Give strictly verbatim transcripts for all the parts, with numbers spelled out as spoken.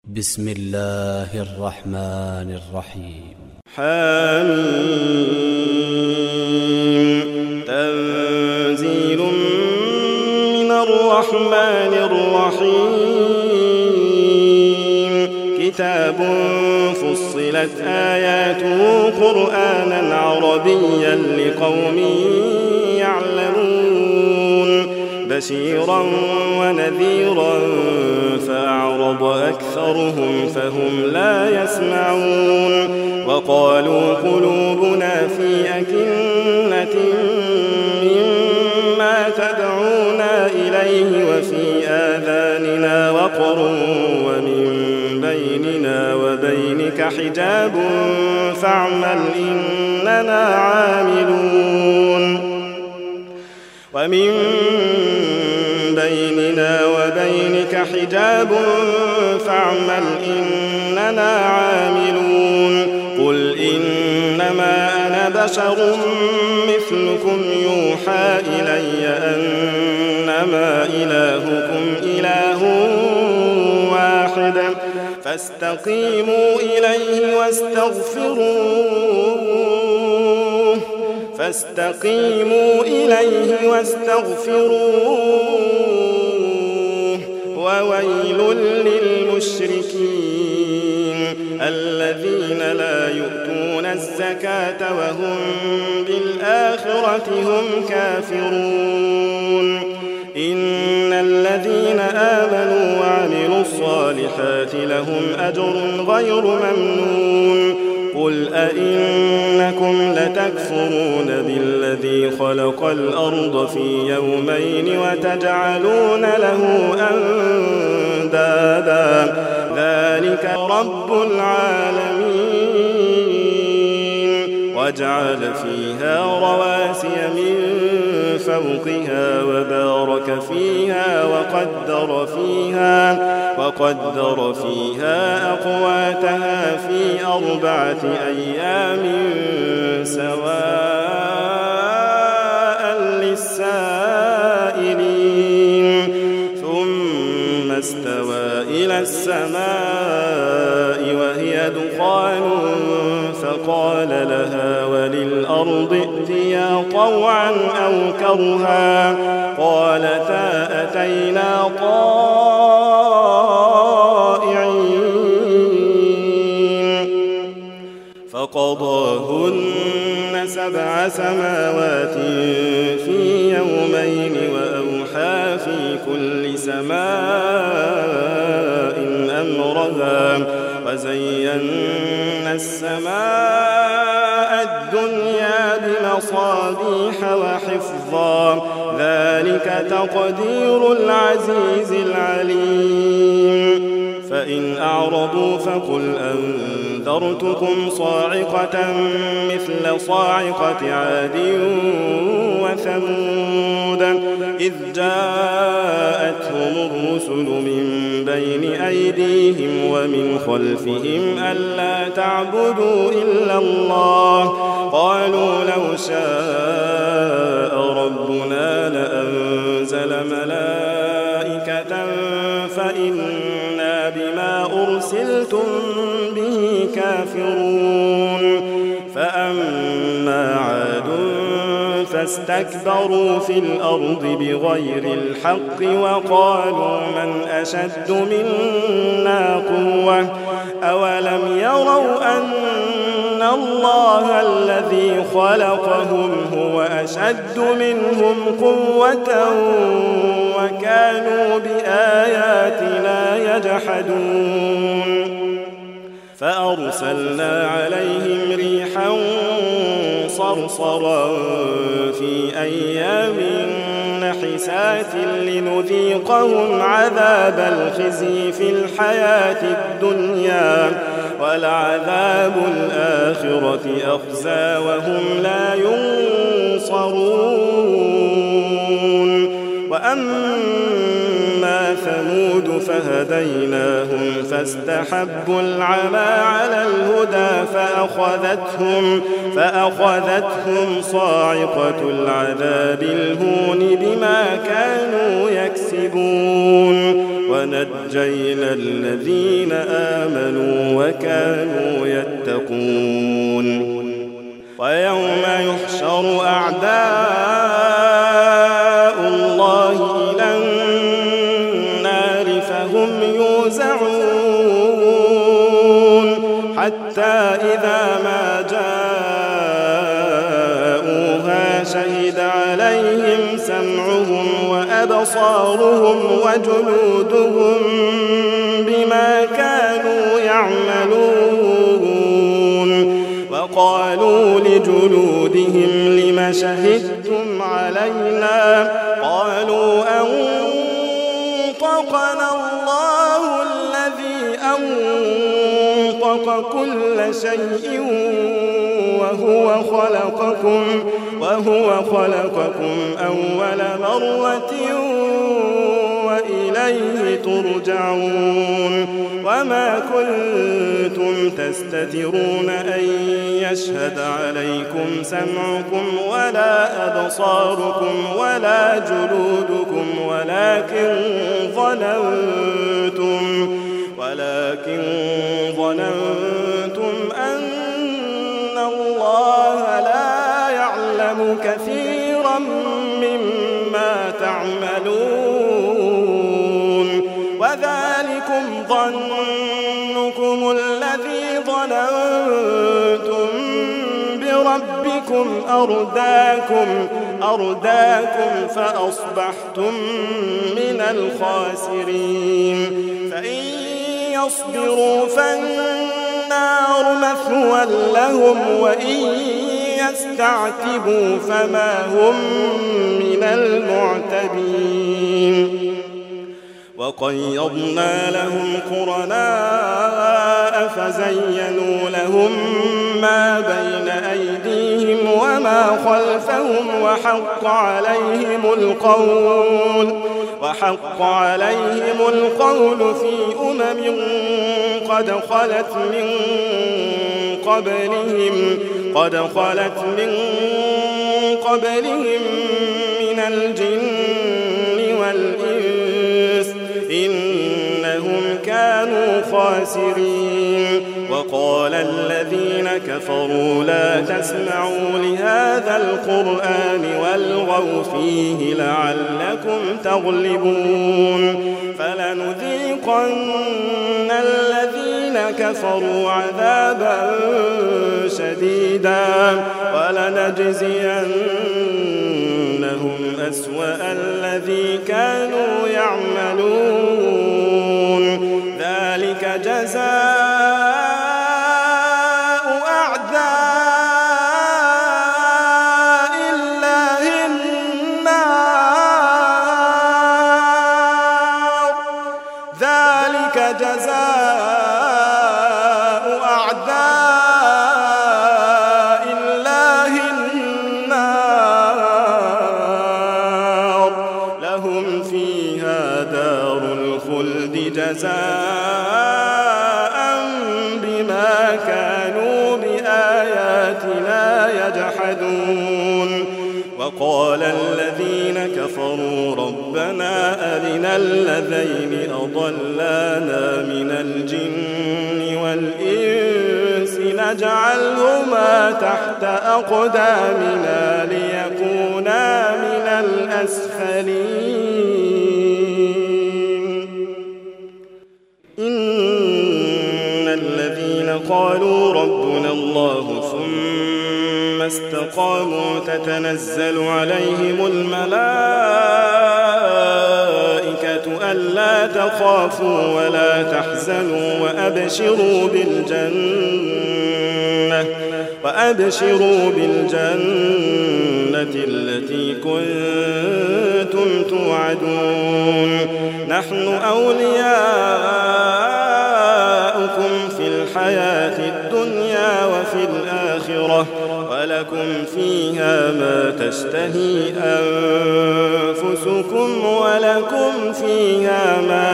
بسم الله الرحمن الرحيم. حميم. تنزيل من الرحمن الرحيم. كتاب فصلت آياته قرآنا عربيا لقوم يعلمون بشيرا ونذيرا فأعرض أكثرهم فهم لا يسمعون وقالوا قلوبنا في أكنة مما تدعونا إليه وفي آذاننا وقر ومن بيننا وبينك حجاب فاعمل إننا عاملون ومن بيننا وبينك حجاب فاعمل إننا عاملون قل إنما أنا بشر مثلكم يوحى إلي أنما إلهكم إله واحد فاستقيموا إليه واستغفروه فاستقيموا إليه واستغفروه وويل للمشركين الذين لا يؤتون الزكاة وهم بالآخرة هم كافرون إن الذين آمنوا وعملوا الصالحات لهم أجر غير ممنون قل أئنكم لتكفرون بالذي خلق الأرض في يومين وتجعلون له أندادا ذلك رب العالمين وجعل فيها رواسي من فوقها وبارك فيها وقدر فيها وقدر فيها أقواتها في أربعة أيام سواء للسائلين ثم استوى إلى السماء وهي دخان فقال لها وللأرض ائتيا طوعا أو كرها قالتا أتينا طائعين فقضاهن سبع سماوات في يومين وأوحى في كل سماء أمرها وزينا السماء الدنيا بمصابيح وحفظا ذلك تقدير العزيز العليم فإن أعرضوا فقل أنذرتكم صاعقة مثل صاعقة عاد وثمود إذ جاءتهم الرسل من بين أيديهم ومن خلفهم ألا تعبدوا إلا الله قالوا لو شاء ربنا لأنزل ملائكة فإنا بما أرسلتم به كافرون فأما عاد فاستكبروا في الأرض بغير الحق وقالوا من أشد منا قوة أولم يروا أن الله الذي خلقهم هو أشد منهم قوة وكانوا بآياتنا يجحدون فأرسلنا عليهم ريحا صرصرا في أيام نحسات لنذيقهم عذاب الخزي في الحياة الدنيا ولعذاب الآخرة أخزى وهم لا ينصرون وأما ثمود فهديناهم فاستحبوا العمى على الهدى فأخذتهم, فأخذتهم صاعقة العذاب الهون بما كانوا يكسبون ونجينا الذين آمنوا وكانوا يتقون ويوم يحشر أعداء الله إلى النار فهم يوزعون حتى إذا ما جاءوها شهد عليهم سمعهم وأبصارهم وجلودهم بما كانوا يعملون وقالوا لجلودهم لم شهدتم علينا قالوا أنطقنا الله الذي أنطق كل شيء وهو خلقكم وهو خلقكم أول مرة وإليه ترجعون وما كنتم تستترون أن يشهد عليكم سمعكم ولا أبصاركم ولا جلودكم ولكن ظننتم ولكن ظننتم أن الله لا يعلم كثيرا مما تعملون وذلكم ظنكم الذي ظننتم بربكم أرداكم أرداكم فأصبحتم من الخاسرين فإن يصبروا فالنار مثوى لهم وإن يستعتبوا فما هم من المعتبين وقيضنا لهم قرناء فزينوا لهم ما بين أيديهم وما خلفهم وحق عليهم القول وحق عليهم القول في أمم قد خلت من قبلهم قد خلت من قبلهم من الجن والإنس إنهم كانوا خاسرين وقال الذين كفروا لا تسمعوا لهذا القرآن والغوا فيه لعلكم تغلبون فلنذيقن الذين كفروا عذابا شديدا ولنجزينهم أسوأ الذي كانوا يعملون ذلك جزاء أعداء الله النار ذلك جزاء أعداء الله النار لهم فيها دار الخلد جزاء بما كانوا بآياتنا يجحدون وقال الذين كفروا ربنا أرنا الذين أضلانا من الجن والإنس نجعلهما تحت أقدامنا ليكونا من الأسفلين إن الذين قالوا ربنا الله ثم استقاموا تتنزل عليهم الملائكة ألا تخافوا ولا تحزنوا وأبشروا بالجنة وأبشروا بالجنة التي كنتم توعدون نحن أولياؤكم في الحياة الدنيا وفي الآخرة ولكم فيها ما تشتهي أنفسكم ولكم فيها ما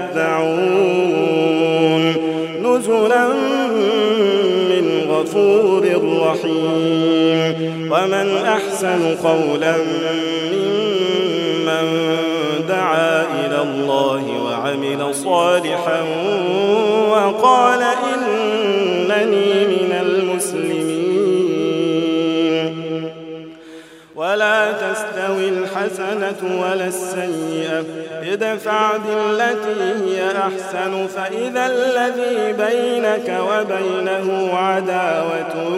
تدعون نزلا من غفور رحيم ومن أحسن قولا ممن دعا إلى الله وعمل صالحا وقال إنني من المسلمين. ولا تستوي الحسنة ولا السيئة، ادفع بالتي هي أحسن فإذا الذي بينك وبينه عداوة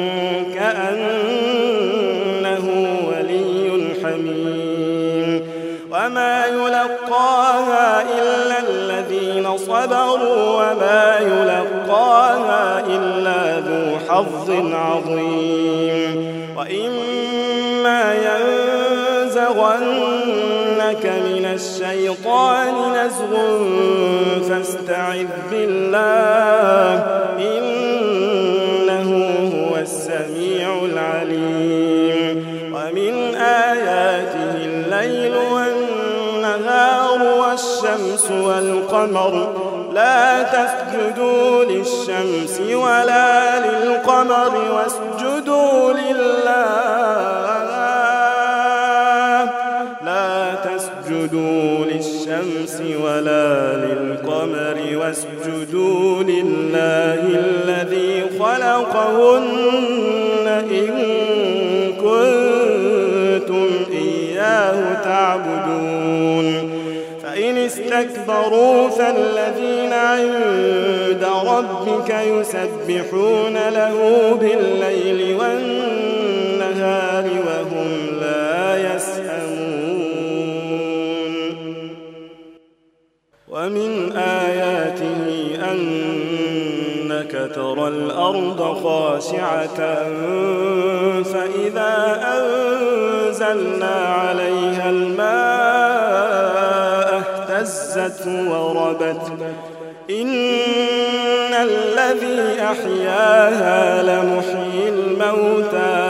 كأنه ولي حميم. وما يلقاها إلا الذين صبروا وما يلقاها إلا ذو حظ عظيم. وإما ينزغنك من الشيطان نزغ فاستعذ بالله إنه هو السميع العليم. ومن آياته الليل والنهار والشمس والقمر، لا تسجدوا للشمس ولا للقمر واسجدوا لله لا تسجدوا للشمس ولا للقمر واسجدوا لله الذي خلقهن إن كنتم إياه تعبدون. فإن استكبروا فالذين عند ربك يسبحون له بالليل والنهار وهم لا يسأمون. ومن آياته أنك ترى الأرض خاشعة فإذا أنزلنا عليها الماء اهتزت وربت إن الذي أحياها لمحيي الموتى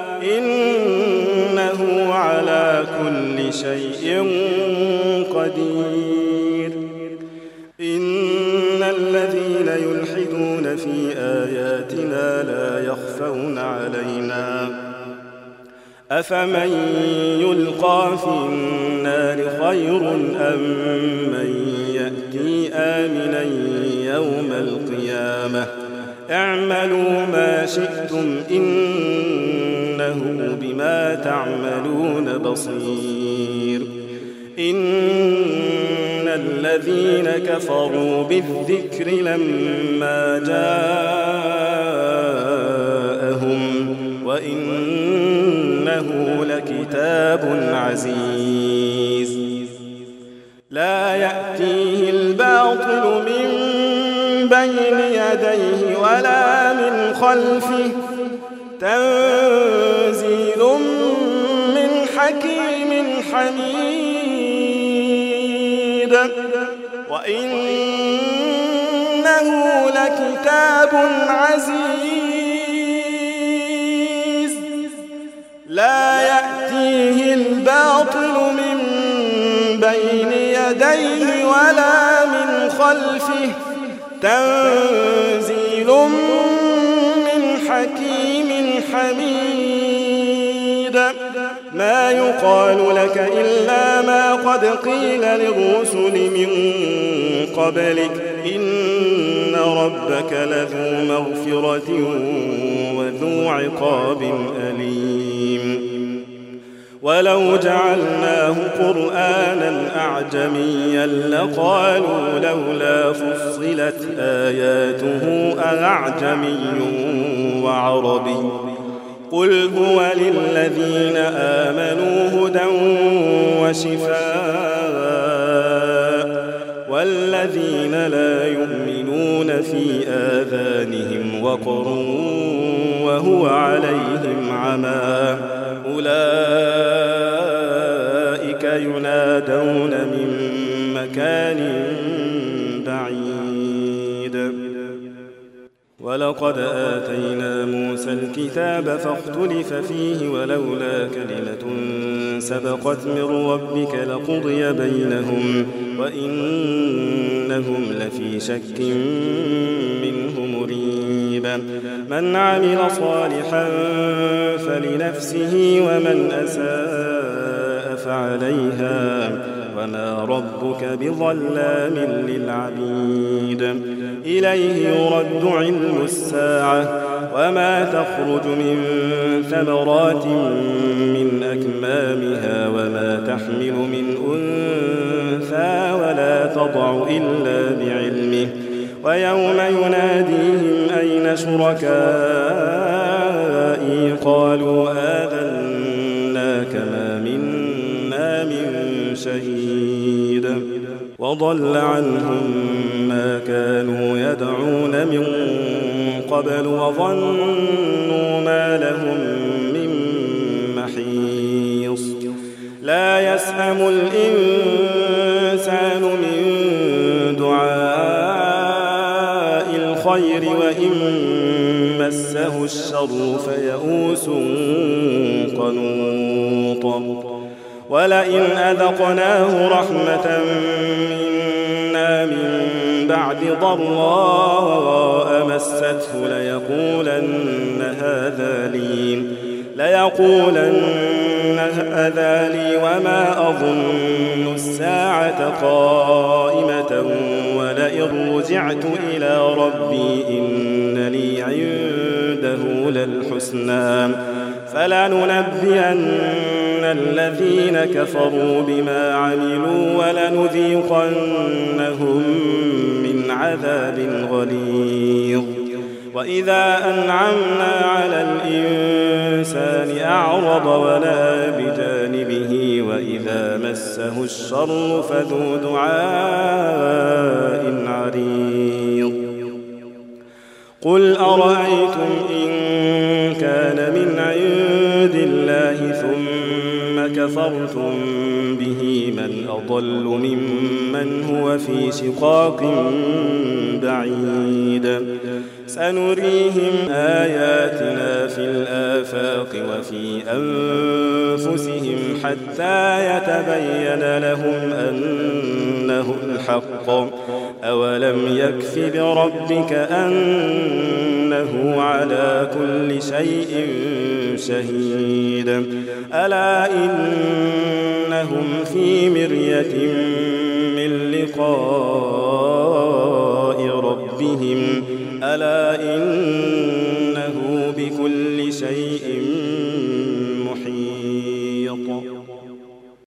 إنه على كل شيء قدير. إن الذين يلحدون في آياتنا لا يخفون علينا أفمن يلقى في النار خير أم من يأتي آمنا يوم القيامة اعملوا ما شئتم إنه بما تعملون بصير. إن الذين كفروا بالذكر لما جاءهم وإنه لكتاب عزيز لا يأتيه الباطل من بين يديه ولا من خلفه تنزيل من حكيم حميد. وإنه لكتاب عزيز لا يأتيه الباطل من بين يديه ولا من خلفه تنزيل من حكيم حميد. ما يقال لك إلا ما قد قيل للرسل من قبلك إن ربك لذو مغفرة وذو عقاب أليم. ولو جعلناه قرآنا أعجميا لقالوا لولا فصلت آياته أأعجمي وعربي قل هو للذين آمنوا هدى وشفاء والذين لا يؤمنون في آذانهم وقر وهو عليهم عمى أولئك ينادون من مكان بعيد. ولقد آتينا موسى الكتاب فاختلف فيه ولولا كلمة سبقت من ربك لقضي بينهم وإنهم لفي شك منه مريب. من عمل صالحا فلنفسه ومن أساء فعليها وما ربك بظلام للعبيد إليه يرد علم الساعة وما تخرج من ثمرات من أكمامها وما تحمل من أنثى ولا تضع إلا بعلمه ويوم يناديهم أين شركائي قالوا آذناك ما منا من شهيد وضل عنهم ما كانوا يدعون من قبل وظنوا ما لهم من محيص لا يسأم الإنسان من دعاء الخير وإن مسه الشر فيئوس قنوط ولئن أذقناه رحمة منا من بعد ضراء مسته ليقولن هذا لي ليقولن هذا لي وما أظن الساعة قائمة ولئن رجعت إلى ربي إن لي عنده للحسنى فلننبئن الذين كفروا بما عملوا ولنذيقنهم من عذاب غليظ وإذا أنعمنا على الإنسان أعرض ونأى بجانبه وإذا مسه الشر فذو دعاء عريض قل أرأيتم إن كان من عند الله ثم كفرتم به من أضل ممن هو في شقاق بعيد سنريهم آياتنا في الآفاق وفي أنفسهم حتى يتبين لهم أنه الحق أولم يكف بربك أنه على كل شيء شهيد ألا إنهم في مرية من لقاء ربهم ألا إن